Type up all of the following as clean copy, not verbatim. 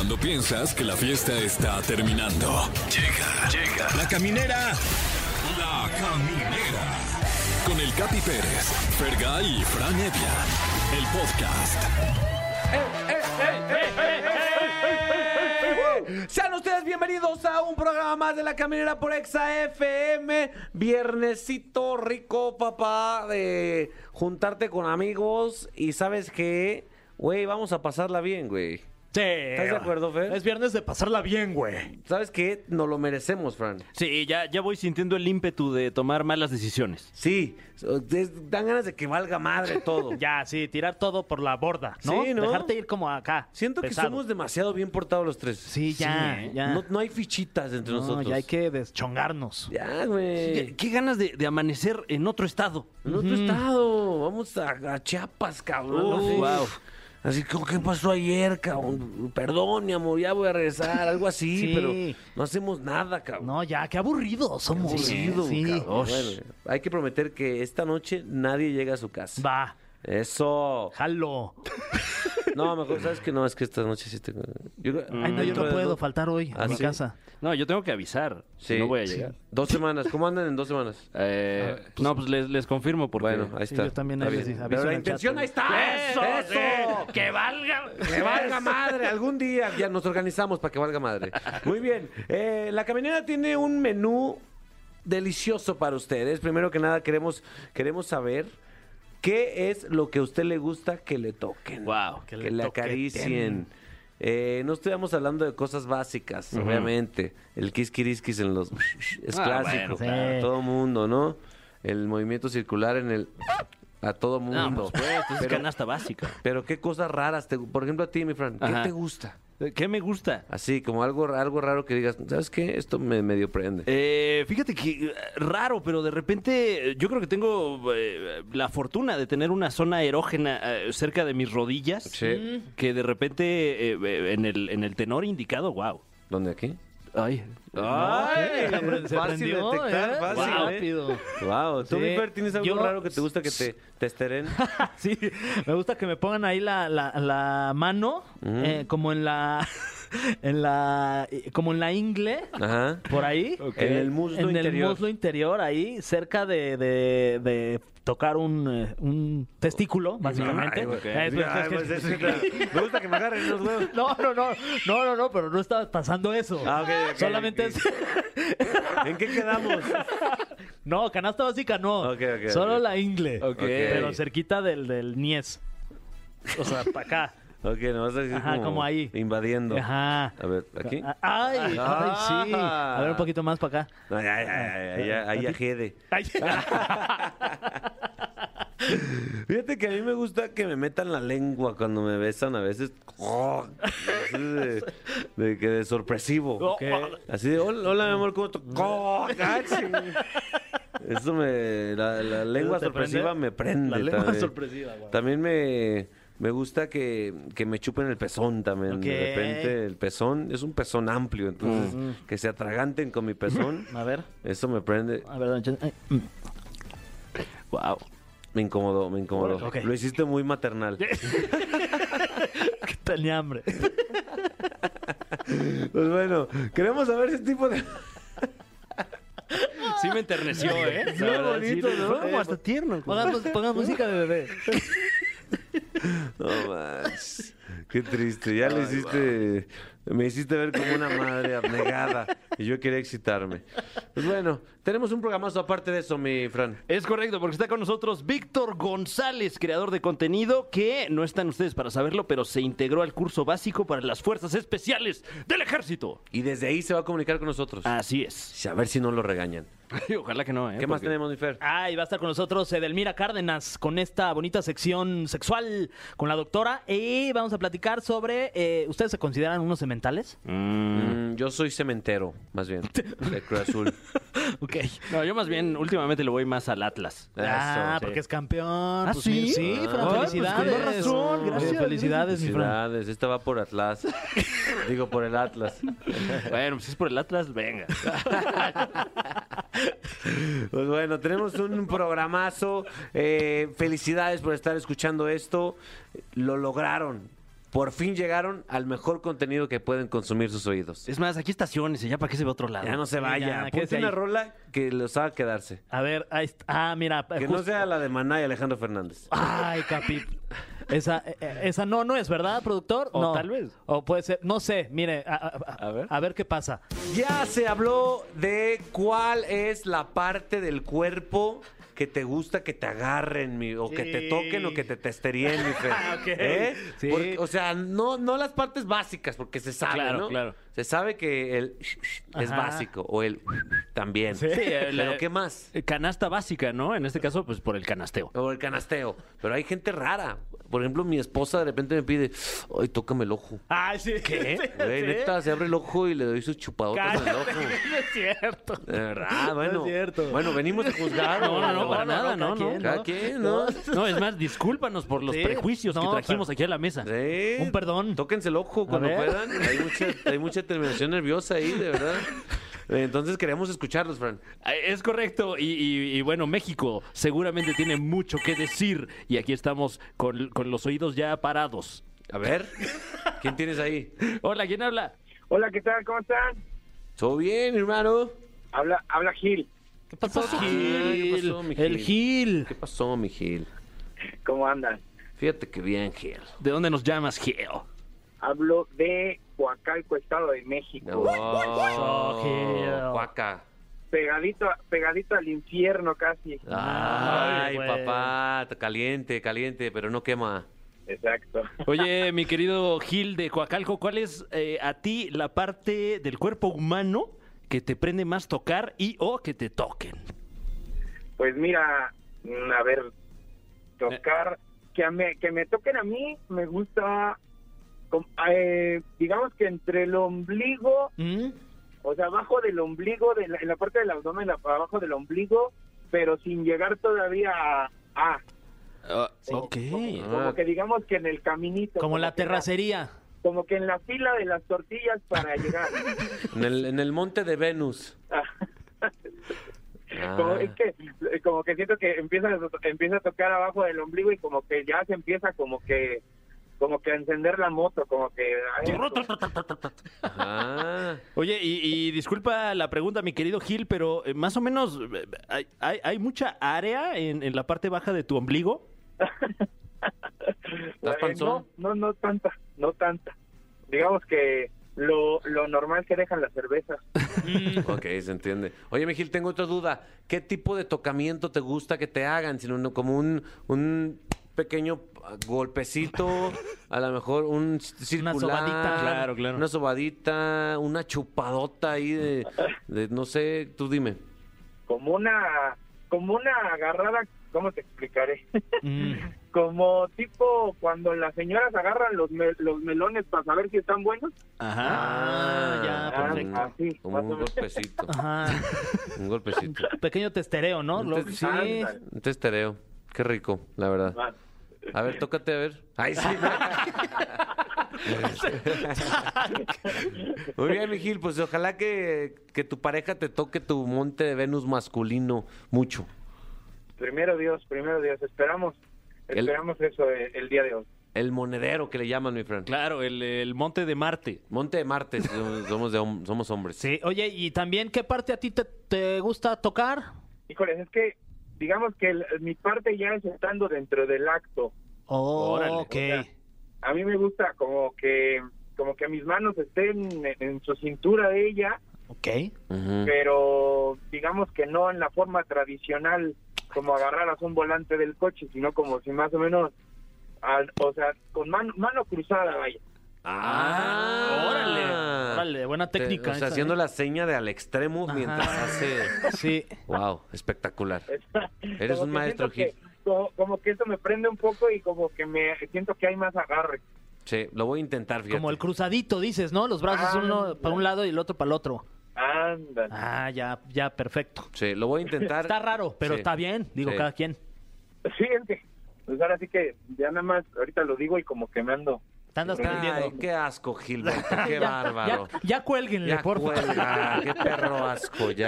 Cuando piensas que la fiesta está terminando. Llega La Caminera. La Caminera. Con el Capi Pérez, Fergay y Fran Evia. El podcast. Sean ustedes bienvenidos a un programa más de La Caminera por Exa FM. Viernesito rico, papá, de juntarte con amigos. Y ¿sabes qué? Güey, vamos a pasarla bien, güey. Sí. ¿Estás de acuerdo, Fer? Es viernes de pasarla bien, güey. ¿Sabes qué? Nos lo merecemos, Fran. Sí, ya voy sintiendo el ímpetu de tomar malas decisiones. Sí, dan ganas de que valga madre todo. Ya, sí, tirar todo por la borda, ¿no? Sí, ¿no? Dejarte ir como acá. Siento que pesado. somos demasiado bien portados los tres. Sí, ya, Sí, ¿eh? ya. No hay fichitas entre No, nosotros. ya hay que deschongarnos. Ya, güey. ¿Qué ganas de amanecer en otro estado? En otro estado. Vamos a Chiapas, cabrón. Uf, Así. wow. Así como, ¿qué pasó ayer, cabrón? Perdón, mi amor, ya voy a regresar. Algo así, Sí. pero no hacemos nada, cabrón. No, ya, qué aburridos somos. Aburrido, Sí. cabrón. Bueno, hay que prometer que esta noche nadie llega a su casa. Va, Eso. jalo. No, mejor, ¿sabes qué? No, es que esta noche sí te... Ay, no, yo no puedo faltar hoy ¿Ah, a mi sí? casa. No, yo tengo que avisar. Sí, Si no voy a sí. llegar. 2 semanas. ¿Cómo andan en 2 semanas? No, pues les confirmo porque... Bueno, ahí Sí, está. yo también Está ahí les bien. aviso Pero en la el intención chat. ahí está. ¡Eso! ¡Que valga! ¡Que valga madre! Algún día ya nos organizamos para que valga madre. Muy bien. La Caminera tiene un menú delicioso para ustedes. Primero que nada, queremos saber qué es lo que a usted le gusta que le toquen. Wow. Que le le toqueten. acaricien. No estamos hablando de cosas básicas, obviamente. El quisquiriskis en los... es Ah, clásico. bueno, claro. Todo mundo, ¿no? El movimiento circular en el... a todo mundo. No, pues es Pero- canasta básica. pero qué cosas raras, por ejemplo a ti, mi Fran, ¿qué Ajá. te gusta? ¿Qué me gusta? Así, como algo raro que digas, ¿sabes qué? Esto me medio prende. Fíjate que raro, pero de repente yo creo que tengo la fortuna de tener una zona erógena cerca de mis rodillas. Sí. Que de repente en el tenor indicado, wow. ¿Dónde aquí? Ay. ¡Ay! Se Fácil prendió, detectar, fácil, Rápido. Wow, ¿tú, Sí. mi Fer, tienes algo Yo- raro que te gusta que te esteren? Sí, me gusta que me pongan ahí la mano, como en la como en la ingle, Ajá. por ahí. En el muslo en interior. el muslo interior, ahí, cerca de tocar un testículo, básicamente. Ay, güey. Pues, Ay, pues, me gusta que me agarren los huevos. No, pero no estaba pasando eso. Ah, ok, Solamente ok. es... ¿En qué quedamos? No, canasta básica no. Ok, Solo ok. la ingle. Ok. Pero cerquita del niés. O sea, para acá. Ok, no vas a decir Ajá, como ahí. invadiendo. Ajá. A ver, ¿aquí? Ay, sí. A ver, un poquito más para acá. No, ahí ajede. Ay. Fíjate que a mí me gusta que me metan la lengua cuando me besan a veces. Así de sorpresivo. Ok. Así de, hola, mi amor, ¿cómo te...? Eso la lengua te sorpresiva prende? me prende. La lengua también. sorpresiva, guau. También me gusta que me chupen el pezón también. Ok. De repente el pezón es un pezón amplio, entonces que se atraganten con mi pezón. A ver. Eso me prende. A ver, don Chen- ay, Wow. Me incomodó. Ok. Lo hiciste muy maternal. que tenía hambre. Pues bueno, queremos saber ese tipo de... Sí me enterneció, ¿eh? Muy bonito, ¿no? Fue como hasta tierno. Pongan música de bebé. No manches. Qué triste. Ya le hiciste... Me hiciste ver como una madre abnegada. Y yo quería excitarme. Pues bueno, tenemos un programazo aparte de eso, mi Fran. Es correcto, porque está con nosotros Víctor González, creador de contenido, que no están ustedes para saberlo, pero se integró al curso básico para las fuerzas especiales del ejército. Y desde ahí se va a comunicar con nosotros. Así es. A ver si no lo regañan. Ojalá que no, ¿eh? ¿Qué más Porque- tenemos, mi Fer? Ah, y va a estar con nosotros Edelmira Cárdenas con esta bonita sección sexual con la doctora. Y vamos a platicar sobre. ¿Ustedes se consideran unos sementales? Yo soy cementero, más bien. De Cruz Azul. Ok. No, yo más bien últimamente le voy más al Atlas. Ah, Eso. porque es campeón. ¿Ah, Pues sí? mira, sí, Fran, Ah, felicidades. pues con más razón, gracias. Felicidades, mi Fran. Felicidades. Esta va por Atlas. Digo, por el Atlas. Bueno, pues si es por el Atlas, venga. Pues bueno, tenemos un programazo. Felicidades por estar escuchando esto. Lo lograron. por fin llegaron al mejor contenido que pueden consumir sus oídos. Es más, aquí estaciones, ya para que se ve otro lado. Ya no se vaya. ya, Ponte quédese una ahí. rola que los haga quedarse. A ver, ahí está. Ah, mira. Que no sea la de Maná y Alejandro Fernández. Ay, Capi. Esa no es, ¿verdad, productor? O No. tal vez. O puede ser, no sé, mire, a ver qué pasa. Ya se habló de cuál es la parte del cuerpo que te gusta que te agarren, o que te Sí. toquen o que te testeríen, mi Fer. Ok. ¿Eh? Sí. O sea, no las partes básicas, porque se sabe, Claro, ¿no? claro. Se sabe que el es Ajá. básico, o el también. Sí. Pero ¿qué más? Canasta básica, ¿no? En este caso, pues por el canasteo. O el canasteo. Pero hay gente rara. Por ejemplo, mi esposa de repente me pide, ay, tócame el ojo. Ay, sí. ¿Qué? Güey, neta, se abre el ojo y le doy sus chupadotas en el ojo. No es cierto. De verdad, bueno. No es cierto. Bueno, venimos a juzgar. No, para nada, no, no. Cada quien, ¿no? No, es más, discúlpanos por los Sí, prejuicios que no, trajimos pero- aquí a la mesa. Sí. Un perdón. Tóquense el ojo cuando ver. puedan. Hay mucha terminación nerviosa ahí, de verdad. Entonces queremos escucharlos, Fran. Es correcto, y bueno, México seguramente tiene mucho que decir, y aquí estamos con los oídos ya parados. A ver, ¿quién tienes ahí? Hola, ¿quién habla? Hola, ¿qué tal? ¿Cómo están? ¿Todo bien, mi hermano? Habla Gil. ¿Qué pasó, ¿Qué pasó, mi El Gil. ¿Qué pasó, mi Gil? ¿Cómo andan? Fíjate que bien, Gil. ¿De dónde nos llamas, Geo? Hablo de Coacalco, Estado de México. Oh, Gil. Guaca. Pegadito al infierno casi. Ay, güey. papá, caliente, pero no quema. Exacto. Oye, mi querido Gil de Coacalco, ¿cuál es a ti la parte del cuerpo humano que te prende más tocar y o que te toquen? Pues mira, a ver, tocar, que me toquen a mí, me gusta, digamos que entre el ombligo, ¿Mm? o sea, abajo del ombligo, en la parte del abdomen, abajo del ombligo, pero sin llegar todavía a Ok. como que digamos que en el caminito. Como la que terracería. como que en la fila de las tortillas para llegar. En el monte de Venus. Como, Ah. es que como que siento que empieza a tocar abajo del ombligo y como que ya se empieza como que a encender la moto, como que Ah. Oye, y disculpa la pregunta, mi querido Gil, pero más o menos, ¿hay mucha área en la parte baja de tu ombligo? ¿Estás panzón? no tanta. Digamos que lo normal que dejan las cervezas. Ok, se entiende. Oye, Miguel, tengo otra duda. ¿Qué tipo de tocamiento te gusta que te hagan? Sino como un pequeño golpecito, a lo mejor un circular. sobadita. Claro, claro. Una sobadita, una chupadota ahí de no sé, tú dime. Como una agarrada, ¿cómo te explicaré? Mm. Como tipo cuando las señoras agarran los melones para saber si están buenos. Ah, ya, perfecto. Así, Como más un o menos. golpecito. Ajá. Un golpecito. Pequeño testereo, ¿no? Sí. Ándale. Un testereo. Qué rico, la verdad. Va. A ver, tócate, a ver. Ay, sí. Muy bien, Miguel, pues ojalá que tu pareja te toque tu monte de Venus masculino mucho. Primero Dios, esperamos eso el día de hoy. El monedero que le llaman, mi friend. Claro, el monte de Marte. Monte de Marte, somos hombres. Sí, oye, y también, ¿qué parte a ti te gusta tocar? Híjoles, es que digamos que mi parte ya es estando dentro del acto. Oh, Órale. ok. O sea, a mí me gusta como que mis manos estén en su cintura de ella, Ok. Ujú. pero digamos que no en la forma tradicional como agarraras un volante del coche, sino como si más o menos, o sea, con mano cruzada, vaya. Órale, buena técnica. O sea, esa, haciendo ¿eh? la seña de al extremo Ajá. mientras hace... Sí. Wow, espectacular. Eres Como un que maestro, siento Gil. como que eso me prende un poco y como que me siento que hay más agarre. Sí, lo voy a intentar, fíjate. Como el cruzadito, dices, ¿no? Los brazos uno para un lado y el otro para el otro. Anda. Ah, ya, perfecto. Sí, lo voy a intentar. Está raro, pero Sí. está bien. Digo, Sí. cada quien. Sí, es que, pues ahora sí que ya nada más, ahorita lo digo y como que me ando. Te andas Ay, prendiendo. Ay, qué asco, Gilberto, qué Ya- bárbaro. Ya cuélguenle, Ya por favor. cuelga, qué perro asco, ya.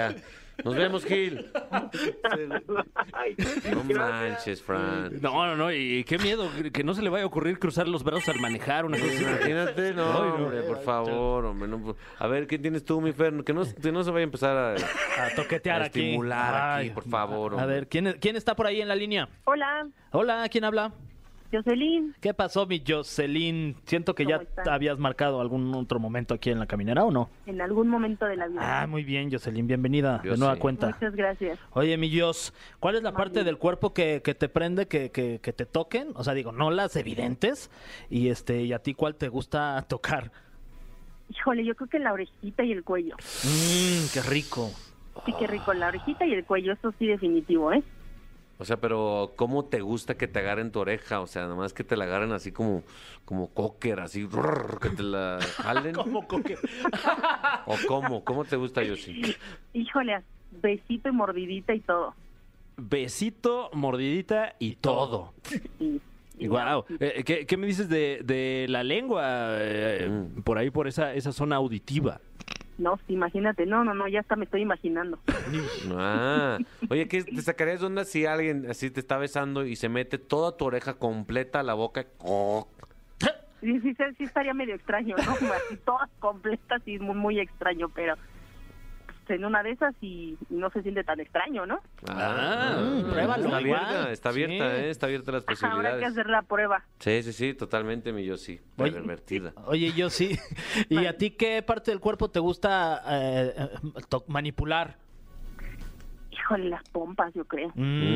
Nos vemos, Gil. Ay, No gracias. manches, Fran. No, y qué miedo que no se le vaya a ocurrir cruzar los brazos al manejar una cosa así. Imagínate, no, hombre, por favor, hombre. No, a ver, ¿qué tienes tú, mi Fer? Que no se vaya a empezar A toquetear a aquí. estimular aquí, Ay. por favor. A hombre. ver, ¿quién está por ahí en la línea? Hola, Hola, ¿quién habla? Jocelyn. ¿Qué pasó, mi Jocelyn? Siento que ya ¿Cómo estás? habías marcado algún otro momento aquí en la caminera, ¿o no? En algún momento de la vida. Ah, muy bien, Jocelyn, bienvenida Yo de nueva sí. cuenta. Muchas gracias. Oye, mi Jos, ¿cuál es la parte del cuerpo que te prende que te toquen? O sea, digo, no las evidentes. Y y a ti, ¿cuál te gusta tocar? Híjole, yo creo que la orejita y el cuello. Qué rico. Sí, qué rico, la orejita y el cuello, eso sí definitivo, ¿eh? O sea, pero ¿cómo te gusta que te agarren tu oreja? O sea, nomás que te la agarren así como cocker, así, que te la jalen. ¿Cómo coque? ¿O cómo te gusta, Yoshi? Híjole, besito y mordidita y todo. Besito, mordidita y todo. Sí. Wow. ¿Qué me dices de la lengua? Por ahí, por esa zona auditiva. No, imagínate, no, ya hasta me estoy imaginando. Ah, oye, ¿qué te sacarías de onda si alguien así te está besando y se mete toda tu oreja completa a la boca? Oh. Sí estaría medio extraño, ¿no? Así todas completas y muy, muy extraño, pero pues, en una de esas y no se siente tan extraño, ¿no? Pruébalo, Está igual. abierta, está abierta, Sí. está abierta las Habrá que posibilidades. hacer la prueba. Sí, totalmente, mi Yoshi. Oye, Pervertida. Oye, yo sí. ¿Y a ti qué parte del cuerpo te gusta manipular? Híjole, las pompas, yo creo.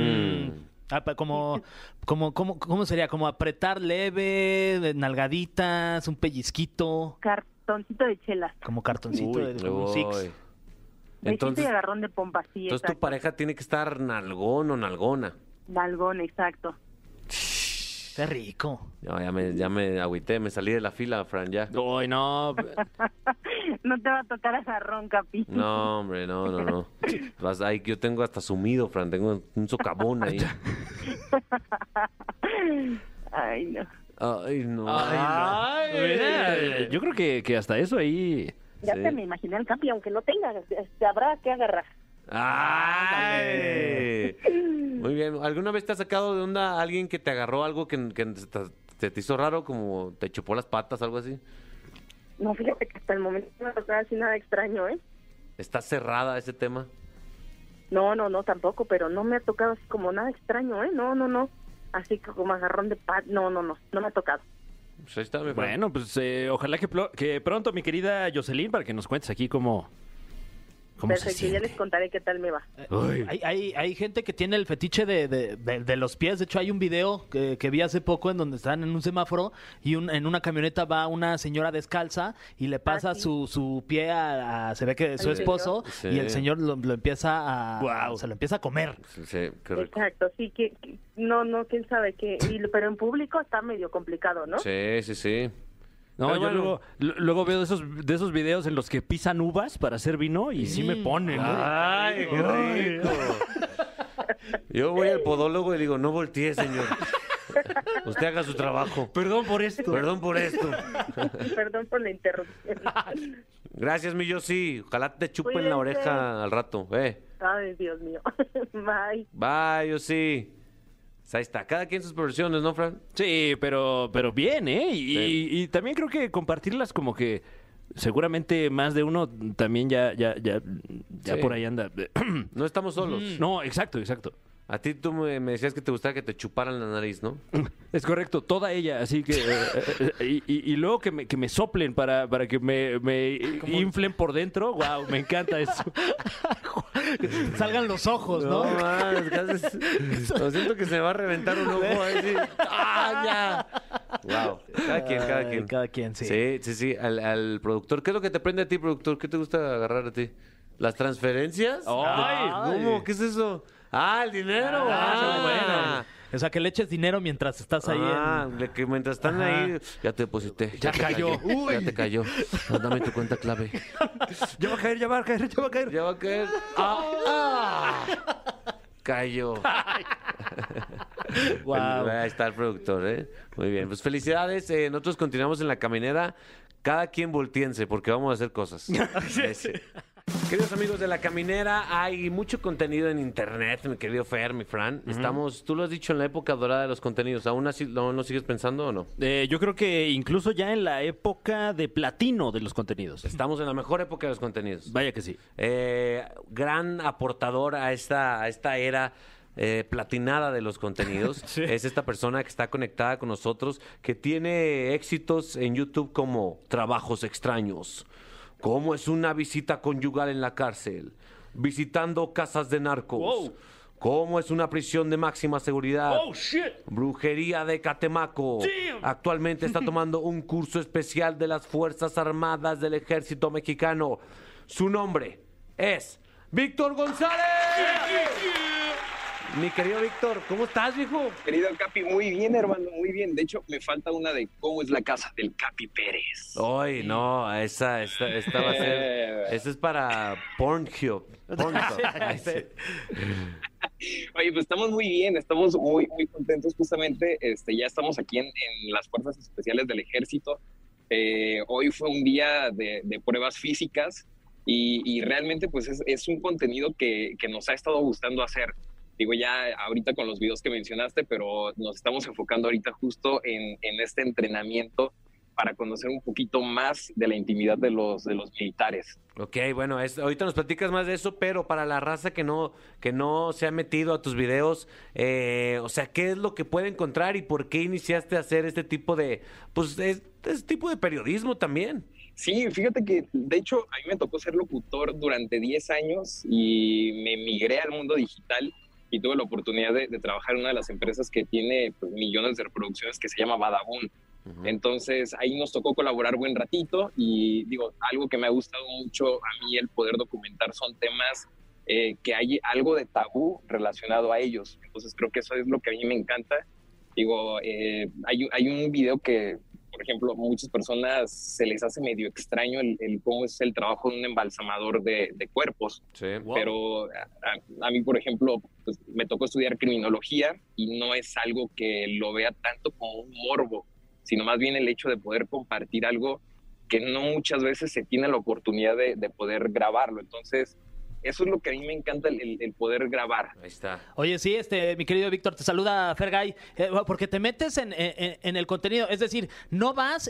¿Cómo sería? ¿Como apretar leve, nalgaditas, un pellizquito? Cartoncito de chelas. Como cartoncito, Uy, como un six. uy. Besito Entonces, y agarrón de pompas, sí, entonces tu exacto. pareja tiene que estar nalgón o nalgona. Nalgón, exacto. Qué rico. No, ya me agüité, me salí de la fila, Fran, ya. Uy, no. No te va a tocar agarrón, Capi. No, hombre, no. Ay, yo tengo hasta sumido, Fran, tengo un socavón ahí. Ay, no. Ay, no. Mira, yo creo que hasta eso ahí. Ya Sí. te me imaginé al Capi, aunque no tenga, habrá que agarrar. ¡Ay! Muy bien. ¿Alguna vez te has sacado de onda a alguien que te agarró algo que te hizo raro, como te chupó las patas, algo así? No, fíjate que hasta el momento no me ha tocado así nada extraño, ¿eh? ¿Está cerrada ese tema? No, tampoco, pero no me ha tocado así como nada extraño, ¿eh? No. Así que como agarrón de pat, no me ha tocado. Pues ahí está, mi Fran. Bueno, pues ojalá que pronto, mi querida Jocelyn, para que nos cuentes aquí cómo se Perfecto, ya siente. les contaré qué tal me va. Uy. Hay gente que tiene el fetiche de los pies. De hecho, hay un video que vi hace poco en donde están en un semáforo y en una camioneta va una señora descalza y le pasa sí. su pie se ve que su Al esposo Sí. y el señor lo empieza se lo empieza a comer. Sí, qué rico. Exacto, sí, que no, quién sabe qué, pero en público está medio complicado, ¿no? Sí. No, Pero yo bueno. luego veo de esos videos en los que pisan uvas para hacer vino y sí me ponen. ¡Ay, qué rico! Yo voy al podólogo y digo, no voltee, señor. Usted haga su trabajo. Perdón por esto. Perdón por esto. Perdón por la interrupción. Gracias, mi Yoshi. Ojalá te chupen la Cuídense. oreja al rato. Ay, Dios mío. Bye. Bye, Yoshi. Pues ahí está. Cada quien sus versiones, ¿no, Fran? Sí, pero bien, ¿eh? Y también creo que compartirlas como que seguramente más de uno también ya Sí. por ahí anda. No estamos solos. No, exacto. A ti tú me decías que te gustaba que te chuparan la nariz, ¿no? Es correcto, toda ella, así que y luego que me soplen para que me inflen por dentro, wow, me encanta eso. Que salgan los ojos, ¿no? man, lo siento que se me va a reventar un ojo así. ¡Ah, ya! Wow. Cada quien. Sí. Sí. Al productor. ¿Qué es lo que te prende a ti, productor? ¿Qué te gusta agarrar a ti? ¿Las transferencias? ¡Ay! ¿Cómo? ¿Qué es eso? ¡Ah, el dinero! Bueno. O sea, que le eches dinero mientras estás ahí que mientras están ahí, ya te deposité. Ya te cayó. Uy. Ya te cayó. No, dame tu cuenta clave. Ya va a caer. Ya va a caer. Cayó. Wow. Ahí está el productor, ¿eh? Muy bien. Pues felicidades. Nosotros continuamos en la caminera. Cada quien voltíense porque vamos a hacer cosas. Ese. Queridos amigos de La Caminera, hay mucho contenido en internet, mi querido Fer, mi Fran. Estamos, tú lo has dicho, en la época dorada de los contenidos. ¿Aún así no sigues pensando o no? Yo creo que incluso ya en la época de platino de los contenidos. Estamos en la mejor época de los contenidos. Vaya que sí. Gran aportador a esta era platinada de los contenidos. Sí. Es esta persona que está conectada con nosotros, que tiene éxitos en YouTube como Trabajos Extraños, cómo es una visita conyugal en la cárcel, visitando casas de narcos, Wow. cómo es una prisión de máxima seguridad, ¡Oh, shit! brujería de Catemaco. Damn. Actualmente está tomando un curso especial de las Fuerzas Armadas del Ejército Mexicano. Su nombre es Víctor González. Mi querido Víctor, ¿cómo estás, viejo? Querido Capi, muy bien, hermano, muy bien. De hecho, me falta una de cómo es la casa del Capi Pérez. Ay, no, esta va a ser... Esa es para Pornhub. Ay, sí. Oye, pues estamos muy bien, estamos muy contentos justamente. Ya estamos aquí en las Fuerzas Especiales del Ejército. Hoy fue un día de pruebas físicas y realmente pues es un contenido que nos ha estado gustando hacer. Digo, ya ahorita con los videos que mencionaste, pero nos estamos enfocando ahorita justo en este entrenamiento para conocer un poquito más de la intimidad de los militares. Ok, bueno, ahorita nos platicas más de eso, pero para la raza que no se ha metido a tus videos, o sea, ¿qué es lo que puede encontrar y por qué iniciaste a hacer este tipo de, pues, este tipo de periodismo también? Sí, fíjate que de hecho a mí me tocó ser locutor durante 10 años y me migré al mundo digital y tuve la oportunidad de trabajar en una de las empresas que tiene pues, millones de reproducciones que se llama Badabun. Entonces ahí nos tocó colaborar buen ratito y digo, algo que me ha gustado mucho a mí el poder documentar son temas que hay algo de tabú relacionado a ellos. Entonces creo que eso es lo que a mí me encanta. Digo, hay un video que, por ejemplo, a muchas personas se les hace medio extraño el cómo es el trabajo de un embalsamador de cuerpos. Sí. Pero a mí, por ejemplo, pues, me tocó estudiar criminología y no es algo que lo vea tanto como un morbo, sino más bien el hecho de poder compartir algo que no muchas veces se tiene la oportunidad de poder grabarlo. Entonces, eso es lo que a mí me encanta, el poder grabar. Ahí está. Oye, sí, mi querido Víctor, te saluda Fergay, porque te metes en el contenido, es decir, no vas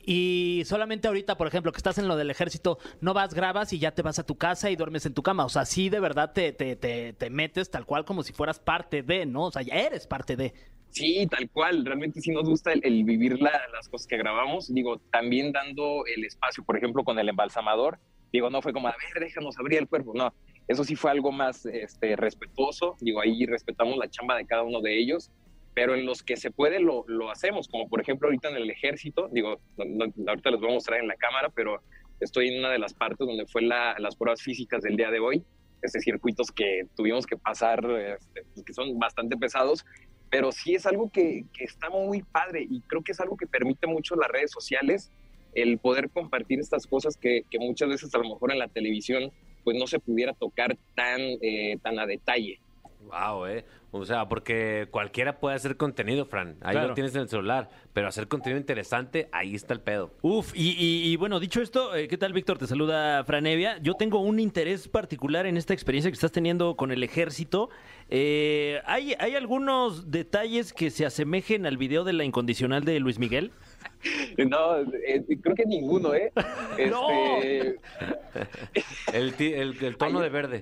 y solamente ahorita, por ejemplo, que estás en lo del ejército, no vas, grabas y ya te vas a tu casa y duermes en tu cama, o sea, sí de verdad te metes tal cual como si fueras parte de, ¿no? O sea, ya eres parte de... Sí, tal cual. Realmente sí nos gusta el vivir las cosas que grabamos. Digo, también dando el espacio, por ejemplo, con el embalsamador. Digo, no fue como, a ver, déjanos abrir el cuerpo. No, eso sí fue algo más respetuoso. Digo, ahí respetamos la chamba de cada uno de ellos. Pero en los que se puede lo hacemos. Como por ejemplo ahorita en el ejército. Digo, ahorita les voy a mostrar en la cámara, pero estoy en una de las partes donde fue las pruebas físicas del día de hoy. Circuitos que tuvimos que pasar, que son bastante pesados. Pero sí es algo que está muy padre y creo que es algo que permite mucho las redes sociales, el poder compartir estas cosas que muchas veces a lo mejor en la televisión pues no se pudiera tocar tan a detalle. Wow, o sea, porque cualquiera puede hacer contenido, Fran. Ahí Claro. lo tienes en el celular. Pero hacer contenido interesante, ahí está el pedo. Uf, y bueno, dicho esto, ¿qué tal, Víctor? Te saluda Franevia. Yo tengo un interés particular en esta experiencia que estás teniendo con el ejército. ¿Hay algunos detalles que se asemejen al video de La Incondicional de Luis Miguel? No, creo que ninguno, ¿eh? ¡No! El tono de verde.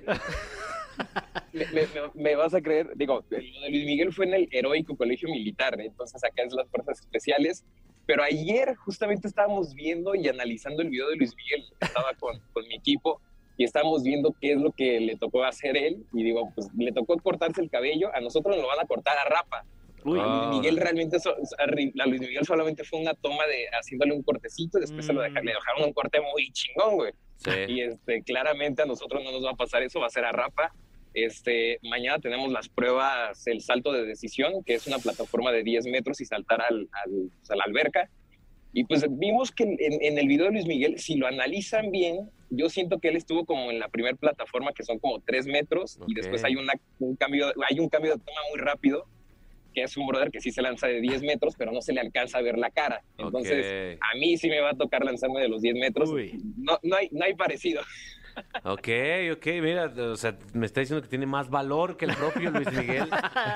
Me vas a creer, digo, lo de Luis Miguel fue en el heroico colegio militar, entonces acá es las fuerzas especiales, pero ayer justamente estábamos viendo y analizando el video de Luis Miguel, estaba con mi equipo y estábamos viendo qué es lo que le tocó hacer él y digo, pues le tocó cortarse el cabello, a nosotros nos lo van a cortar a rapa. Uy. A Luis Miguel realmente a Luis Miguel solamente fue una toma de haciéndole un cortecito y después le dejaron un corte muy chingón, güey. Sí. Y claramente a nosotros no nos va a pasar eso, va a ser a rapa. Mañana tenemos las pruebas, el salto de decisión, que es una plataforma de 10 metros y saltar a la alberca. Y pues vimos que en el video de Luis Miguel, si lo analizan bien, yo siento que él estuvo como en la primera plataforma, que son como 3 metros, Ok. y después hay un cambio de toma muy rápido, que es un brother que sí se lanza de 10 metros, pero no se le alcanza a ver la cara. Entonces, Ok. a mí sí me va a tocar lanzarme de los 10 metros. Uy. No hay parecido. Ok, mira, o sea, me está diciendo que tiene más valor que el propio Luis Miguel.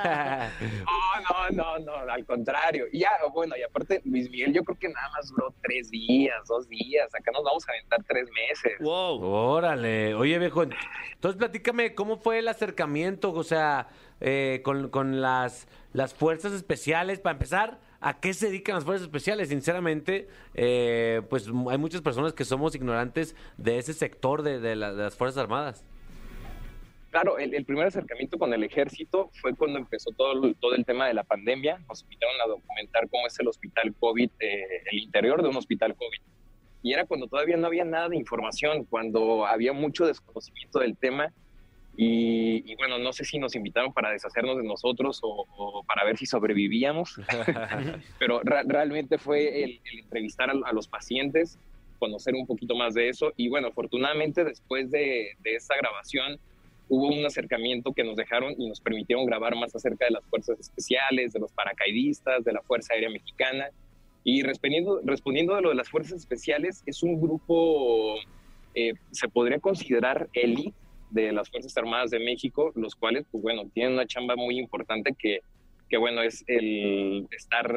No, al contrario. Y ya, bueno, y aparte, Luis Miguel yo creo que nada más duró 3 días, 2 días. Acá nos vamos a aventar 3 meses. Wow. Órale. Oye, viejo, entonces platícame cómo fue el acercamiento, o sea, con las fuerzas especiales. Para empezar, ¿a qué se dedican las fuerzas especiales? Sinceramente, pues hay muchas personas que somos ignorantes de ese sector de las Fuerzas Armadas. Claro, el primer acercamiento con el ejército fue cuando empezó todo el tema de la pandemia. Nos invitaron a documentar cómo es el hospital COVID, el interior de un hospital COVID. Y era cuando todavía no había nada de información, cuando había mucho desconocimiento del tema. Y bueno, no sé si nos invitaron para deshacernos de nosotros o para ver si sobrevivíamos, pero realmente fue el entrevistar a los pacientes, conocer un poquito más de eso. Y bueno, afortunadamente después de esa grabación hubo un acercamiento que nos dejaron y nos permitieron grabar más acerca de las fuerzas especiales, de los paracaidistas, de la Fuerza Aérea Mexicana. Y respondiendo de lo de las fuerzas especiales, es un grupo, se podría considerar élite de las Fuerzas Armadas de México, los cuales, pues bueno, tienen una chamba muy importante que bueno, es el estar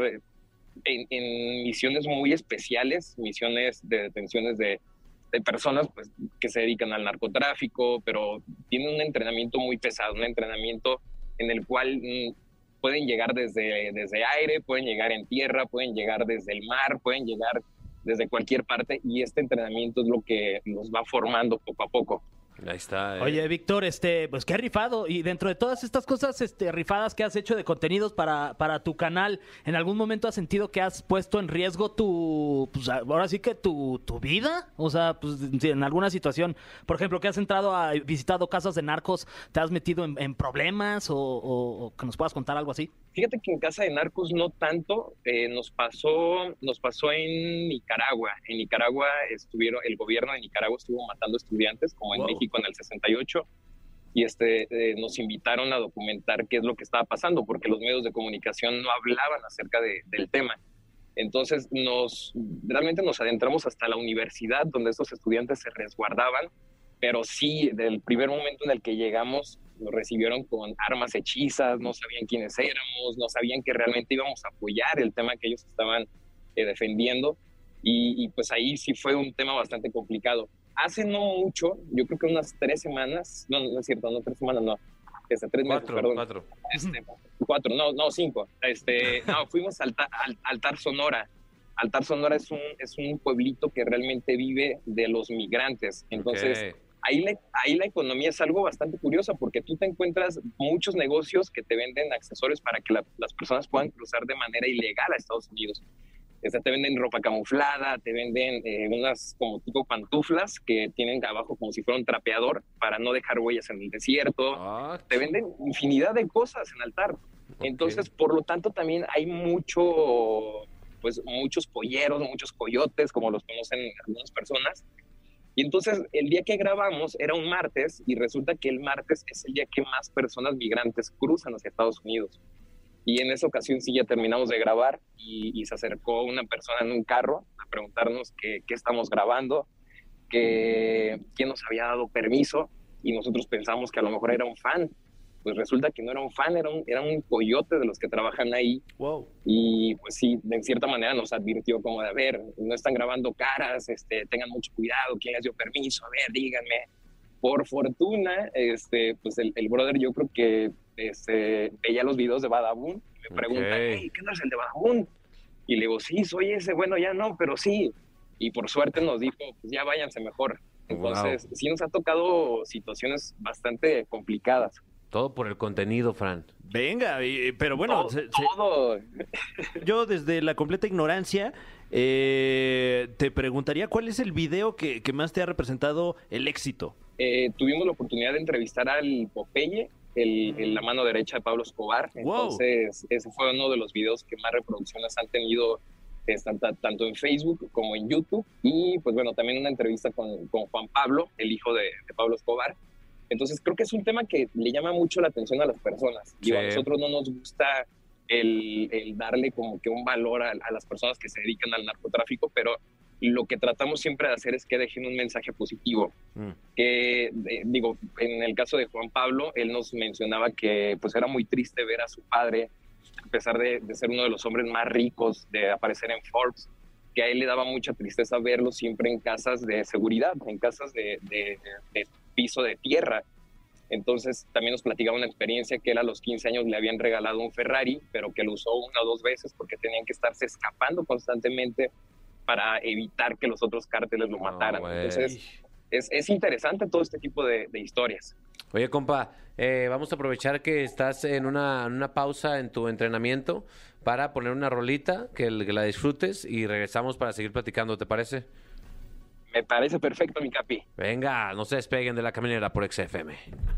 en misiones muy especiales, misiones de detenciones de personas pues, que se dedican al narcotráfico, pero tienen un entrenamiento muy pesado, un entrenamiento en el cual pueden llegar desde aire, pueden llegar en tierra, pueden llegar desde el mar, pueden llegar desde cualquier parte, y este entrenamiento es lo que nos va formando poco a poco. Ahí está. Oye, Víctor, pues qué rifado. Y dentro de todas estas cosas rifadas que has hecho de contenidos para tu canal, ¿en algún momento has sentido que has puesto en riesgo pues ahora sí que tu vida? O sea, pues si en alguna situación, por ejemplo, que has visitado casas de narcos, ¿te has metido en problemas o que nos puedas contar algo así? Fíjate que en Casa de Narcos no tanto, nos pasó en Nicaragua. En Nicaragua el gobierno de Nicaragua estuvo matando estudiantes, como en México en el 68, y nos invitaron a documentar qué es lo que estaba pasando, porque los medios de comunicación no hablaban acerca del tema. Entonces realmente nos adentramos hasta la universidad donde estos estudiantes se resguardaban, pero sí, del primer momento en el que llegamos, nos recibieron con armas hechizas, no sabían quiénes éramos, no sabían que realmente íbamos a apoyar el tema que ellos estaban defendiendo, y pues ahí sí fue un tema bastante complicado. Hace no mucho, yo creo que unas 3 semanas, no es cierto, no 3 semanas, no, 3 meses, perdón. 4, no, 5. Fuimos al Altar Sonora. Altar Sonora es un pueblito que realmente vive de los migrantes, entonces... Okay. Ahí la economía es algo bastante curiosa, porque tú te encuentras muchos negocios que te venden accesorios para que las personas puedan cruzar de manera ilegal a Estados Unidos. Te venden ropa camuflada, te venden unas como tipo pantuflas que tienen abajo como si fuera un trapeador para no dejar huellas en el desierto. Te venden infinidad de cosas en Altar. Okay. Entonces, por lo tanto, también hay muchos polleros, muchos coyotes, como los conocen algunas personas. Y entonces el día que grabamos era un martes, y resulta que el martes es el día que más personas migrantes cruzan hacia Estados Unidos. Y en esa ocasión sí ya terminamos de grabar y se acercó una persona en un carro a preguntarnos qué estamos grabando, quién nos había dado permiso, y nosotros pensamos que a lo mejor era un fan. Pues resulta que no era un fan, era un coyote de los que trabajan ahí. Wow. Y pues sí, de cierta manera nos advirtió como de, a ver, no están grabando caras, tengan mucho cuidado, ¿quién les dio permiso? A ver, díganme. Por fortuna, pues el brother, yo creo que veía los videos de Badabun, y me pregunta, hey, ¿qué no es el de Badabun? Y le digo, sí, soy ese. Bueno, ya no, pero sí. Y por suerte nos dijo, pues ya váyanse mejor. Entonces, sí nos ha tocado situaciones bastante complicadas. Todo por el contenido, Fran. Venga, pero bueno... Todo. Yo desde la completa ignorancia te preguntaría cuál es el video que más te ha representado el éxito. Tuvimos la oportunidad de entrevistar al Popeye, la mano derecha de Pablo Escobar. Wow. Entonces, ese fue uno de los videos que más reproducciones han tenido, tanto en Facebook como en YouTube. Y pues bueno, también una entrevista con Juan Pablo, el hijo de Pablo Escobar. Entonces creo que es un tema que le llama mucho la atención a las personas. Sí. A nosotros no nos gusta el darle como que un valor a las personas que se dedican al narcotráfico, pero lo que tratamos siempre de hacer es que dejen un mensaje positivo. Que, digo, en el caso de Juan Pablo, él nos mencionaba que pues era muy triste ver a su padre, a pesar de ser uno de los hombres más ricos, de aparecer en Forbes, que a él le daba mucha tristeza verlo siempre en casas de seguridad, en casas de piso de tierra. Entonces también nos platicaba una experiencia que él a los 15 años le habían regalado un Ferrari, pero que lo usó 1 o 2 veces porque tenían que estarse escapando constantemente para evitar que los otros cárteles lo mataran. Entonces es interesante todo este tipo de historias. Oye, compa, vamos a aprovechar que estás en una pausa en tu entrenamiento para poner una rolita, que la disfrutes y regresamos para seguir platicando, ¿te parece? Me parece perfecto, mi Capi. Venga, no se despeguen de La Caminera por XFM.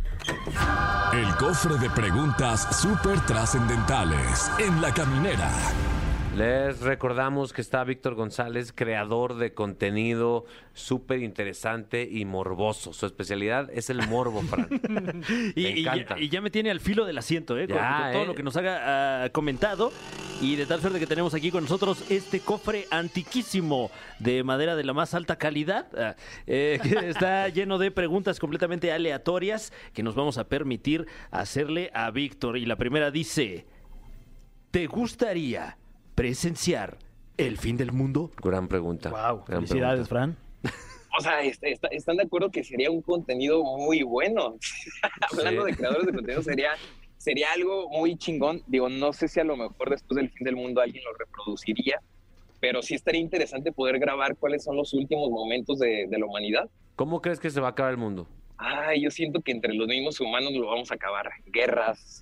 El cofre de preguntas súper trascendentales en La Caminera. Les recordamos que está Víctor González, creador de contenido súper interesante y morboso. Su especialidad es el morbo, Fran. Me encanta. Y ya me tiene al filo del asiento, con todo lo que nos ha comentado. Y de tal suerte que tenemos aquí con nosotros este cofre antiquísimo de madera de la más alta calidad, que está lleno de preguntas completamente aleatorias que nos vamos a permitir hacerle a Víctor. Y la primera dice: ¿te gustaría presenciar el fin del mundo? Gran pregunta. Wow, Gran felicidades, pregunta. Fran. O sea, ¿están de acuerdo que sería un contenido muy bueno? Hablando de creadores de contenido, sería algo muy chingón. Digo, no sé si a lo mejor después del fin del mundo alguien lo reproduciría, pero sí estaría interesante poder grabar cuáles son los últimos momentos de la humanidad. ¿Cómo crees que se va a acabar el mundo? Yo siento que entre los mismos humanos lo vamos a acabar. Guerras,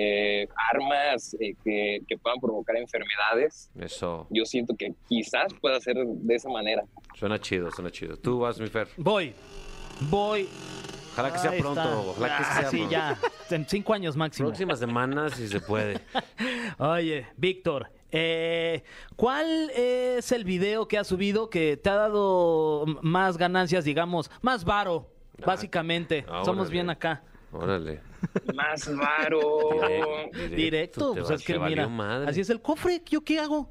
armas que puedan provocar enfermedades. Eso. Yo siento que quizás pueda ser de esa manera. Suena chido, suena chido. Tú vas, mi Fer. Voy. Ojalá que sea Ahí pronto. está. Ojalá que sea Sí, pronto. ya. En 5 años máximo. Próximas semanas, si se puede. Oye, Víctor, ¿cuál es el video que has subido que te ha dado más ganancias, digamos, más varo, básicamente? Somos órale. bien acá. Órale. Más varo. Directo, te pues va- es que te valió mira, madre. así es el cofre, ¿yo qué hago?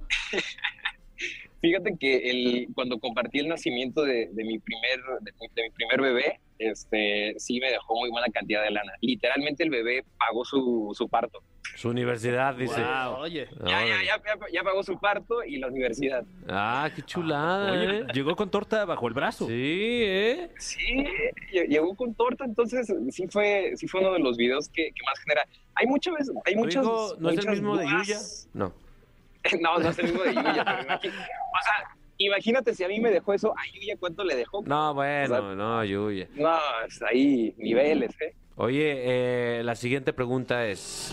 Fíjate que cuando compartí el nacimiento de mi primer bebé, sí me dejó muy buena cantidad de lana. Literalmente el bebé pagó su parto. Su universidad, dice. Wow, oye. Ya pagó su parto y la universidad. Ah, qué chulada, Oye, llegó con torta bajo el brazo. Sí, ¿eh? Sí, llegó con torta, entonces sí fue uno de los videos que más genera. Hay muchas. ¿Tu hijo no es el muchas mismo de dudas. Yuya? No. No es el mismo de Yuya, pero imagínate si a mí me dejó eso, a Yuya ¿cuánto le dejó? No, bueno, O sea, no, Yuya. No, es ahí, niveles, Oye, la siguiente pregunta es...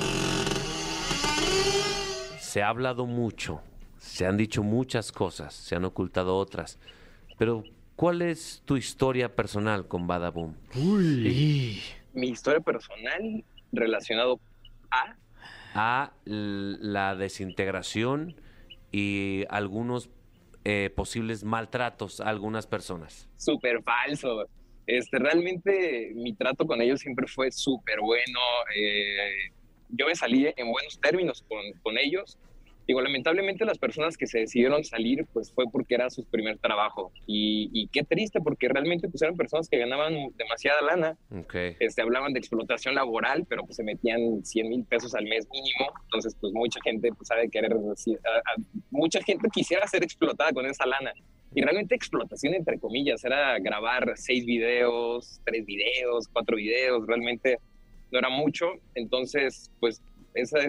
Se ha hablado mucho, se han dicho muchas cosas, se han ocultado otras, pero ¿cuál es tu historia personal con Badaboom? Mi historia personal relacionado A la desintegración y algunos posibles maltratos a algunas personas. súper falso. Realmente mi trato con ellos siempre fue súper bueno. Yo me salí en buenos términos con ellos. Digo, lamentablemente las personas que se decidieron salir, pues fue porque era su primer trabajo. Y qué triste, porque realmente pues eran personas que ganaban demasiada lana. Okay. Hablaban de explotación laboral, pero pues se metían 100,000 pesos al mes mínimo. Entonces, pues mucha gente pues sabe querer, mucha gente quisiera ser explotada con esa lana. Y realmente explotación entre comillas, era grabar 6 videos, 3 videos, 4 videos, realmente no era mucho. Entonces, pues esa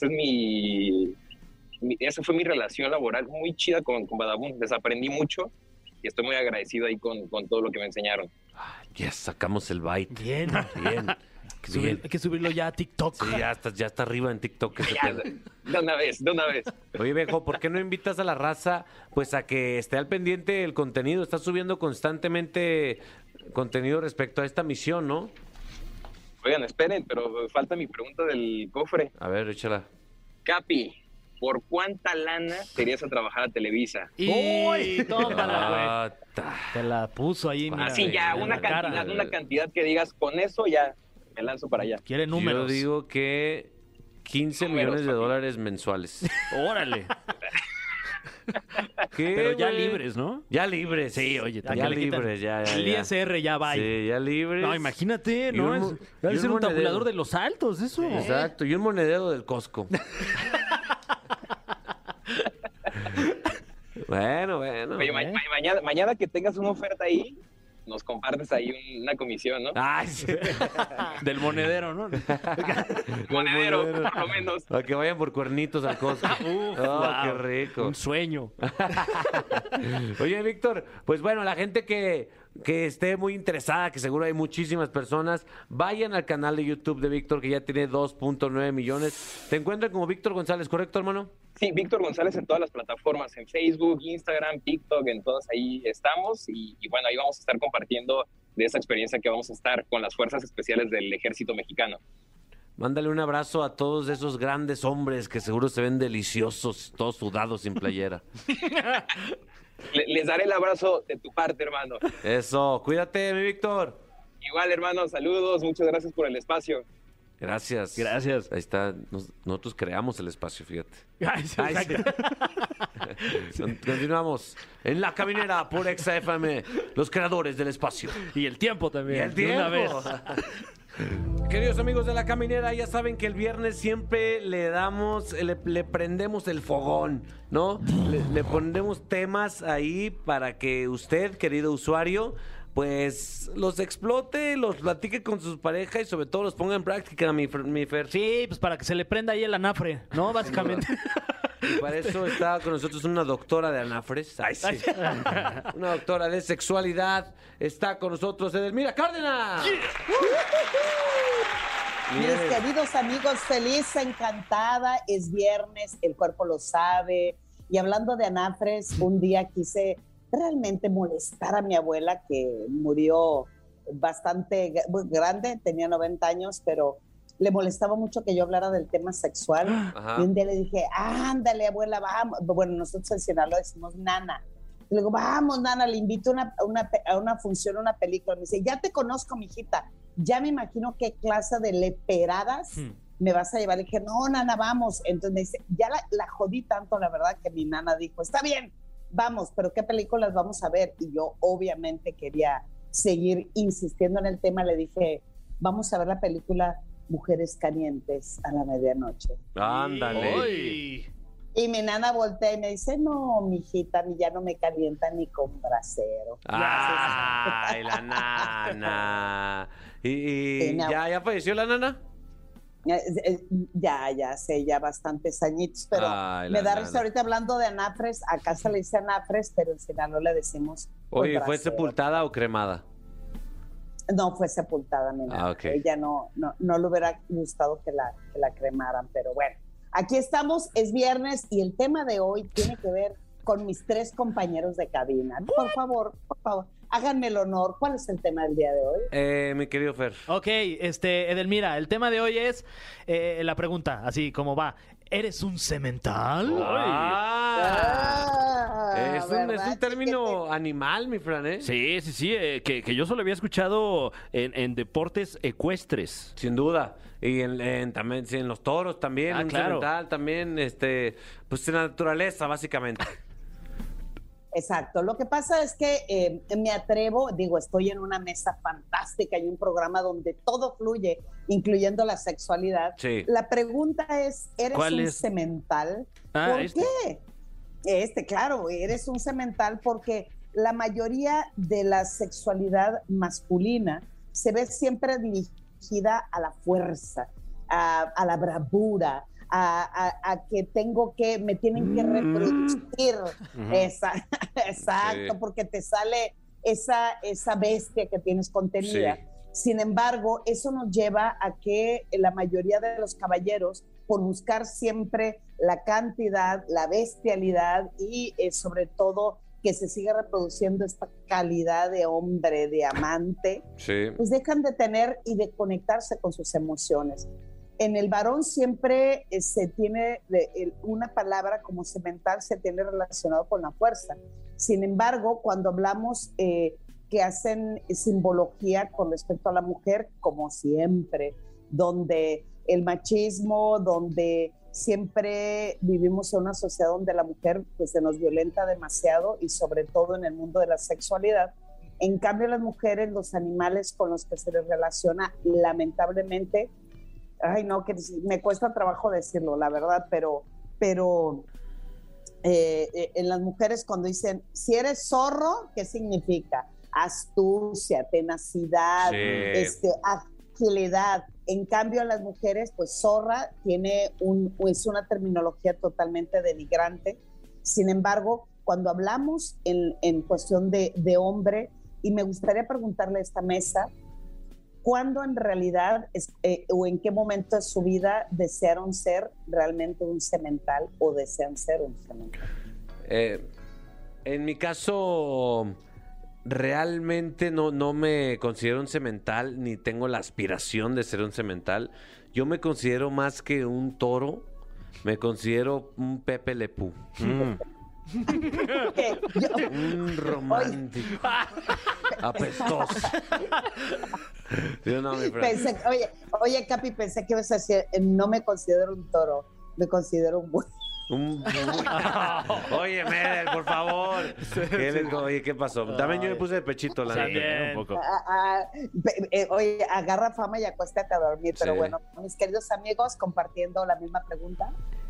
fue mi relación laboral muy chida con Badaboom. Les aprendí mucho y estoy muy agradecido ahí con todo lo que me enseñaron. Ya sacamos el byte. Bien. Bien. Bien. Hay que subirlo ya a TikTok. Sí, ya está arriba en TikTok. ese Ya, pedo. de una vez. Oye, viejo, ¿por qué no invitas a la raza pues a que esté al pendiente del contenido? Estás subiendo constantemente contenido respecto a esta misión, ¿no? Oigan, esperen, pero falta mi pregunta del cofre. A ver, échala. Capi, ¿por cuánta lana te irías a trabajar a Televisa? Y tómala, güey. Ah, ta. Te la puso ahí, mira. Así ya, en una la cara. cantidad que digas, con eso ya me lanzo para allá. Quiere números. Yo digo que 15 Números, millones de papi. dólares mensuales. Órale. ¿Qué, Pero ya güey? libres, ¿no? Ya libres. Sí, oye, ya, también le quitan libres, ya. El ISR ya va. Sí, ya libres. No, imagínate, Y ¿no? un Es, mo- debe y un ser un monedero. tabulador de los altos, eso. Exacto, y un monedero del Costco. Bueno. Oye, mañana que tengas una oferta ahí, nos compartes ahí una comisión, ¿no? Ay, sí. Del monedero, ¿no? Monedero, por lo menos. Para que vayan por cuernitos al Costco. Qué Wow, rico. Un sueño. Oye, Víctor, pues bueno, la gente que esté muy interesada, que seguro hay muchísimas personas, vayan al canal de YouTube de Víctor, que ya tiene 2.9 millones. Te encuentran como Víctor González, ¿correcto, hermano? Sí, Víctor González en todas las plataformas, en Facebook, Instagram, TikTok, en todas ahí estamos. Y bueno, ahí vamos a estar compartiendo de esa experiencia que vamos a estar con las Fuerzas Especiales del Ejército Mexicano. Mándale un abrazo a todos esos grandes hombres que seguro se ven deliciosos, todos sudados sin playera. Les daré el abrazo de tu parte, hermano. Eso, cuídate, mi Víctor. Igual, hermano, saludos, muchas gracias por el espacio. Gracias. Gracias. Ahí está, nosotros creamos el espacio, fíjate. Ay, sí, exacto. Continuamos en La Caminera por Exa FM, los creadores del espacio. Y el tiempo también. Y el de una tiempo. vez. Queridos amigos de La Caminera, ya saben que el viernes siempre le prendemos el fogón, ¿no? Le ponemos temas ahí para que usted, querido usuario, pues los explote, los platique con sus parejas y sobre todo los ponga en práctica, mi Fer. Sí, pues para que se le prenda ahí el anafre, ¿no? Básicamente. Y para eso está con nosotros una doctora de anafres. Ay, sí. Una doctora de sexualidad. Está con nosotros Edelmira Cárdenas. Mis queridos amigos, feliz, encantada, es viernes, el cuerpo lo sabe. Y hablando de anafres, un día quise realmente molestar a mi abuela, que murió bastante grande, tenía 90 años, pero le molestaba mucho que yo hablara del tema sexual. Ajá. Y un día le dije, ándale, abuela, vamos. Bueno, nosotros en Sinaloa decimos nana. Y le digo, vamos, nana, le invito a una función, a una película. Me dice, ya te conozco, mijita. Ya me imagino qué clase de leperadas me vas a llevar. Le dije, no, nana, vamos. Entonces me dice, ya la jodí tanto, la verdad, que mi nana dijo, está bien, vamos, pero ¿qué películas vamos a ver? Y yo obviamente quería seguir insistiendo en el tema. Le dije, vamos a ver la película Mujeres Calientes a la medianoche. Ándale. Uy. Y mi nana voltea y me dice, no, mijita, ya no me calienta ni con brasero. Ay, la nana. ¿Y ya falleció la nana? Ya hace ya bastantes añitos, pero Ay, me la da nana. risa ahorita hablando de anafres. Acá se le dice anafres, pero en Sinaloa le decimos con Oye, ¿fue brasero. sepultada o cremada? No, fue sepultada mi nana. Ok. Ella no le hubiera gustado que la cremaran, pero bueno. Aquí estamos, es viernes y el tema de hoy tiene que ver con mis 3 compañeros de cabina. Por favor, háganme el honor. ¿Cuál es el tema del día de hoy? Mi querido Fer. Ok, Edelmira, el tema de hoy es la pregunta, así como va. ¿Eres un cemental? Es un ¿verdad? término animal, mi Fran, ¿eh? Sí, que yo solo había escuchado en deportes ecuestres. Sin duda. Y también, sí, en los toros también, un claro. semental también, pues en la naturaleza, básicamente. Exacto. Lo que pasa es que me atrevo, estoy en una mesa fantástica y un programa donde todo fluye, incluyendo la sexualidad. Sí. La pregunta es, ¿eres ¿Cuál un es? cemental? Ah, ¿Por este. qué? Claro, eres un cemental porque la mayoría de la sexualidad masculina se ve siempre dirigida a la fuerza, a la bravura, a que me tienen que reproducir. Exacto, Sí. porque te sale esa bestia que tienes contenida. Sí. Sin embargo, eso nos lleva a que la mayoría de los caballeros, por buscar siempre la cantidad, la bestialidad y sobre todo que se siga reproduciendo esta calidad de hombre, de amante, Sí. pues dejan de tener y de conectarse con sus emociones. En el varón siempre se tiene una palabra como cemental, se tiene relacionado con la fuerza. Sin embargo, cuando hablamos que hacen simbología con respecto a la mujer, como siempre, donde el machismo, donde siempre vivimos en una sociedad donde la mujer pues se nos violenta demasiado y sobre todo en el mundo de la sexualidad. En cambio, las mujeres, los animales con los que se les relaciona, lamentablemente, ay no, que me cuesta trabajo decirlo, la verdad, pero en las mujeres cuando dicen, si eres zorro, ¿qué significa? Astucia, tenacidad, Sí. agilidad. En cambio, a las mujeres, pues zorra es una terminología totalmente denigrante. Sin embargo, cuando hablamos en cuestión de hombre, y me gustaría preguntarle a esta mesa, ¿cuándo en realidad o en qué momento de su vida desearon ser realmente un semental o desean ser un semental? En mi caso, realmente no me considero un semental, ni tengo la aspiración de ser un semental. Yo me considero más que un toro, me considero un Pepe Le Pew. Un romántico. Apestoso. Yo no, mi Fran. Oye, Capi, pensé que ibas a decir, no me considero un toro, me considero un buey. Oye, Medel, por favor. Oye, ¿qué pasó? También yo me puse de pechito, la neta. Un poco. Oye, agarra fama y acuéstate a dormir. Pero Sí. bueno, mis queridos amigos, compartiendo la misma pregunta.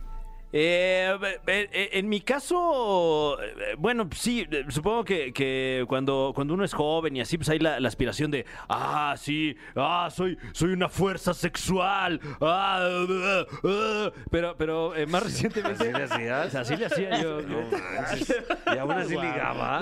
En mi caso, bueno, sí, supongo que cuando uno es joven y así, pues hay la aspiración de, sí, soy una fuerza sexual, pero más recientemente... ¿Así le hacías? Así le hacía yo. No manches. Y aún así ligaba.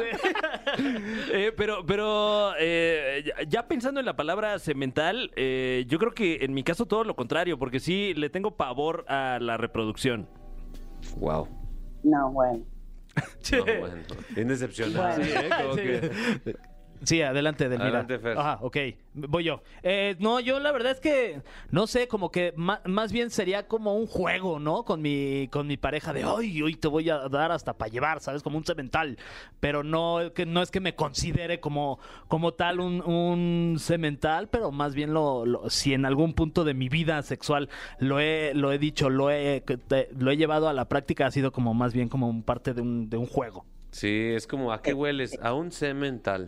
Pero ya pensando en la palabra semental, yo creo que en mi caso todo lo contrario, porque sí le tengo pavor a la reproducción. Wow. No, bueno. No, bueno. Bien decepcionado. Bueno. Sí, como que... Sí, adelante, Delmira. Adelante, Fer. Ajá, ok. Voy yo. No, yo la verdad es que, no sé, como que más bien sería como un juego, ¿no? Con mi pareja de, hoy te voy a dar hasta para llevar, ¿sabes? Como un semental. Pero no es que me considere como tal un semental, pero más bien si en algún punto de mi vida sexual lo he dicho, lo he llevado a la práctica, ha sido como más bien como parte de un juego. Sí, es como, ¿a qué hueles? A un semental.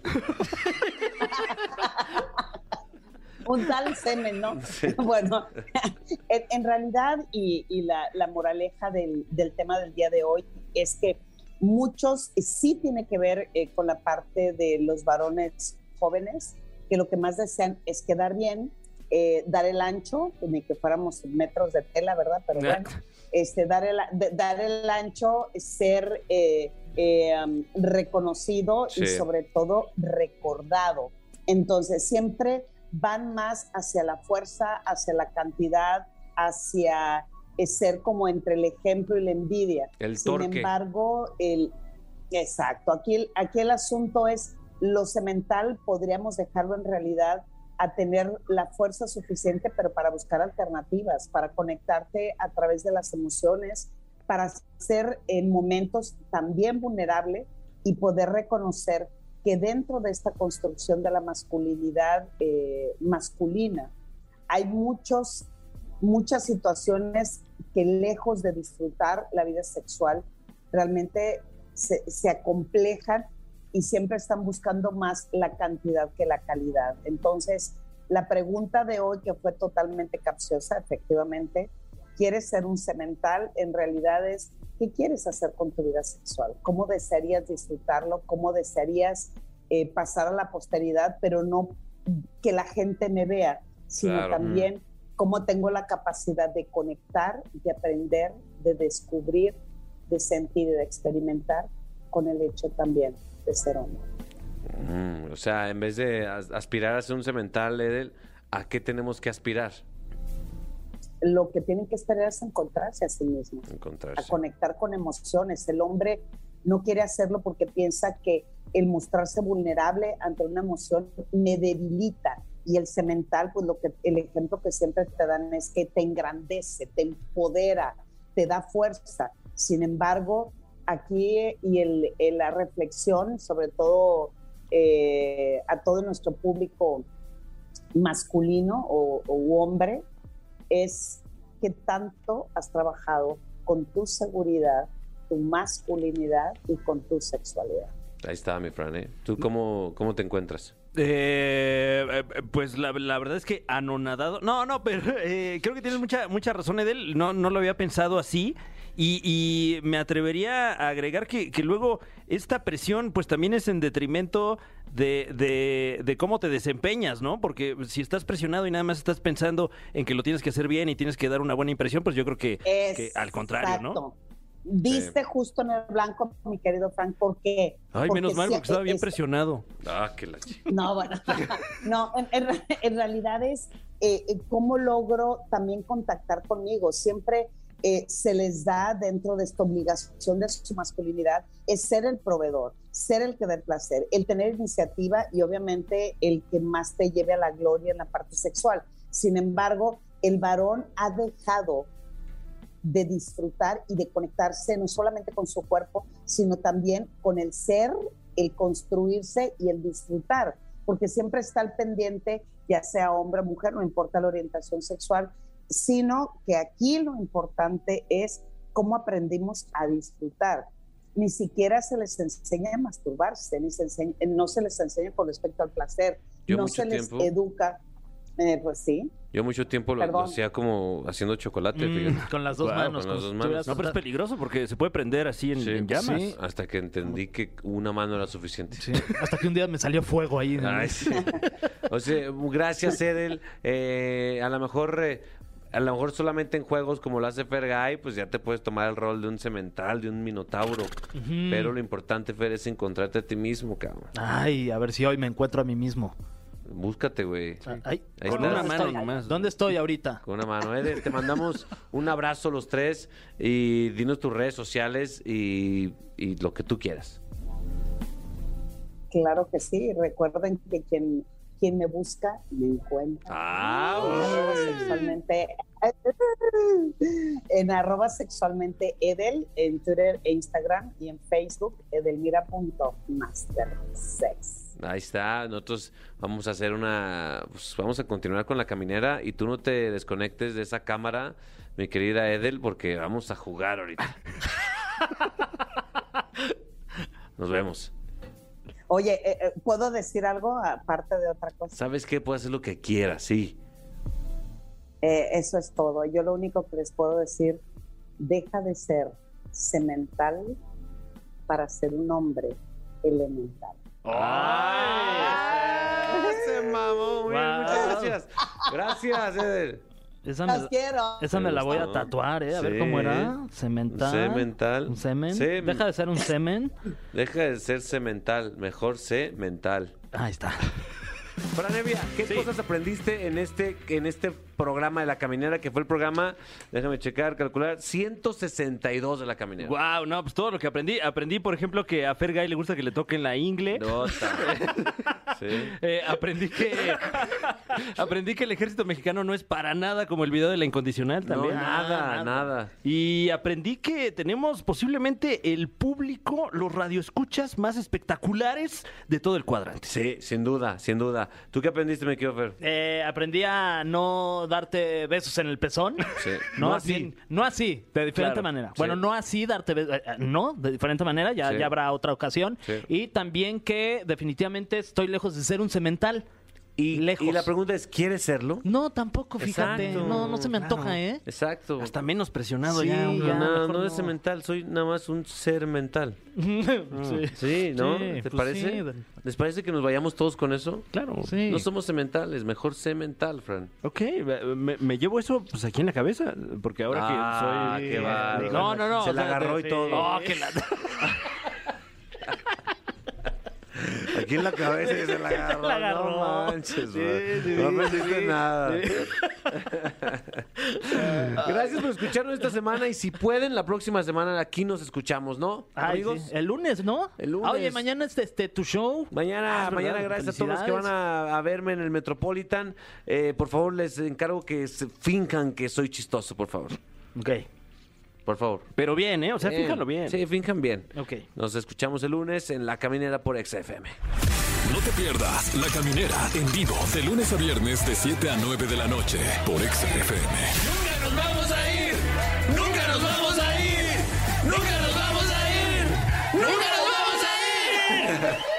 Un tal semen, ¿no? Sí. Bueno, en realidad, y la moraleja del tema del día de hoy es que muchos sí tiene que ver con la parte de los varones jóvenes, que lo que más desean es quedar bien, dar el ancho, ni que fuéramos metros de tela, ¿verdad? Pero bueno, dar el ancho, ser reconocido y Sí. sobre todo recordado. Entonces siempre van más hacia la fuerza, hacia la cantidad, hacia ser como entre el ejemplo y la envidia. El Sin torque. embargo, exacto, aquí el asunto es lo semental, podríamos dejarlo en realidad a tener la fuerza suficiente, pero para buscar alternativas, para conectarte a través de las emociones, para ser en momentos también vulnerable y poder reconocer que dentro de esta construcción de la masculinidad masculina hay muchas situaciones que lejos de disfrutar la vida sexual realmente se acomplejan y siempre están buscando más la cantidad que la calidad. Entonces, la pregunta de hoy, que fue totalmente capciosa, efectivamente, ¿quieres ser un semental? En realidad es, ¿qué quieres hacer con tu vida sexual? ¿Cómo desearías disfrutarlo? ¿Cómo desearías pasar a la posteridad? Pero no que la gente me vea, sino Claro. también cómo tengo la capacidad de conectar, de aprender, de descubrir, de sentir y de experimentar con el hecho también de ser hombre. O sea, en vez de aspirar a ser un semental, Edel, ¿a qué tenemos que aspirar? Lo que tienen que esperar es encontrarse a sí mismos, Encontrarse. a conectar con emociones. El hombre no quiere hacerlo porque piensa que el mostrarse vulnerable ante una emoción me debilita. Y el semental, pues el ejemplo que siempre te dan es que te engrandece, te empodera, te da fuerza. Sin embargo, aquí la reflexión, sobre todo a todo nuestro público masculino o hombre, es qué tanto has trabajado con tu seguridad, tu masculinidad y con tu sexualidad. Ahí está, mi Fran, ¿eh? ¿Tú cómo te encuentras? Pues la verdad es que anonadado. No, pero creo que tienes mucha razón, Edel. No lo había pensado así. Y me atrevería a agregar que luego esta presión pues también es en detrimento de cómo te desempeñas, ¿no? Porque si estás presionado y nada más estás pensando en que lo tienes que hacer bien y tienes que dar una buena impresión, pues yo creo que al contrario, ¿no? Diste justo en el blanco, mi querido Frank, ¿por qué? Ay, menos mal, porque estaba bien presionado. Qué la No, bueno, no, en realidad es cómo logro también contactar conmigo. Siempre se les da dentro de esta obligación de su masculinidad es ser el proveedor, ser el que da el placer, el tener iniciativa y obviamente el que más te lleve a la gloria en la parte sexual. Sin embargo, el varón ha dejado de disfrutar y de conectarse no solamente con su cuerpo, sino también con el ser, el construirse y el disfrutar, porque siempre está al pendiente, ya sea hombre o mujer, no importa la orientación sexual, sino que aquí lo importante es cómo aprendimos a disfrutar. Ni siquiera se les enseña a masturbarse, no se les enseña con respecto al placer, no se les educa. Pues sí. Yo mucho tiempo lo hacía como haciendo chocolate, fíjate. Con las dos manos. Con las dos manos. No, pero es peligroso porque se puede prender así en llamas. Sí, hasta que entendí que una mano era suficiente. Sí, hasta que un día me salió fuego ahí. Ay, sí. O sea, gracias, Edel. A lo mejor solamente en juegos como lo hace Fergay, pues ya te puedes tomar el rol de un cemental, de un minotauro. Pero lo importante, Fer, es encontrarte a ti mismo, cabrón. Ay, a ver si hoy me encuentro a mí mismo. Búscate, güey. Ay, Ahí con está. una mano nomás. ¿Dónde estoy ahorita? Con una mano. Edel, te mandamos un abrazo los tres y dinos tus redes sociales y lo que tú quieras. Claro que sí. Recuerden que quien me busca, me encuentra. En @sexualmente Edel, en Twitter e Instagram, y en Facebook, edelmira.mastersex. Ahí está, nosotros vamos a hacer vamos a continuar con la caminera y tú no te desconectes de esa cámara, mi querida Edel, porque vamos a jugar ahorita. Nos vemos. Oye, ¿puedo decir algo aparte de otra cosa? ¿Sabes qué? Puedes hacer lo que quieras, sí. Eso es todo. Yo lo único que les puedo decir, deja de ser semental para ser un hombre elemental. ¡Ay! Se mamó. Muy bien, muchas gracias. Gracias, Edel. Los quiero. Esa me la voy a tatuar, ¿eh? A ver cómo era. Cemental. Cemental. ¿Un semen? Deja de ser un semen. Deja de ser cemental. Mejor sé mental. Ahí está. Fran Evia, ¿qué cosas aprendiste en este programa de La Caminera, que fue el programa, déjame calcular, 162 de La Caminera? Wow, no, pues todo lo que aprendí, por ejemplo, que a Fergay le gusta que le toquen la ingle. Sí. Aprendí que el ejército mexicano no es para nada como el video de La Incondicional también. No, nada. Y aprendí que tenemos posiblemente el público, los radioescuchas más espectaculares de todo el cuadrante. Sí, sin duda. ¿Tú qué aprendiste, me quiero Fer? Aprendí a no darte besos en el pezón. Sí. No así, de diferente manera. Bueno, no así darte besos, no, de diferente manera, ya habrá otra ocasión. Sí. Y también que definitivamente estoy lejos de ser un cemental. Y la pregunta es, ¿quieres serlo? No, tampoco, fíjate. Exacto, no se me antoja, ¿eh? Exacto. Hasta menos presionado Sí, ya. no es cemental, soy nada más un ser mental. Sí, ¿no? Sí, ¿Te pues parece? sí. ¿Les parece que nos vayamos todos con eso? Claro. Sí. No somos cementales, mejor sé mental, Fran. Ok, me llevo eso pues aquí en la cabeza, porque ahora que soy... qué bárbaro. No. Se la agarró y todo. Oh, que la... Aquí en la cabeza que se la agarró. No manches, no aprendiste nada. Gracias por escucharnos esta semana y si pueden, la próxima semana aquí nos escuchamos, ¿no? Ay, amigos. sí. El lunes, ¿no? El lunes. Oye, mañana es tu show. Mañana gracias a todos los que van a verme en el Metropolitan. Por favor, les encargo que se finjan que soy chistoso, por favor. Ok. Por favor. Pero bien, ¿eh? O sea, fíjalo bien. Sí, finjan bien. Ok. Nos escuchamos el lunes en La Caminera por XFM. No te pierdas La Caminera en vivo de lunes a viernes de 7 a 9 de la noche por Exa FM. ¡Nunca nos vamos a ir! ¡Nunca nos vamos a ir! ¡Nunca nos vamos a ir! ¡Nunca nos vamos a ir!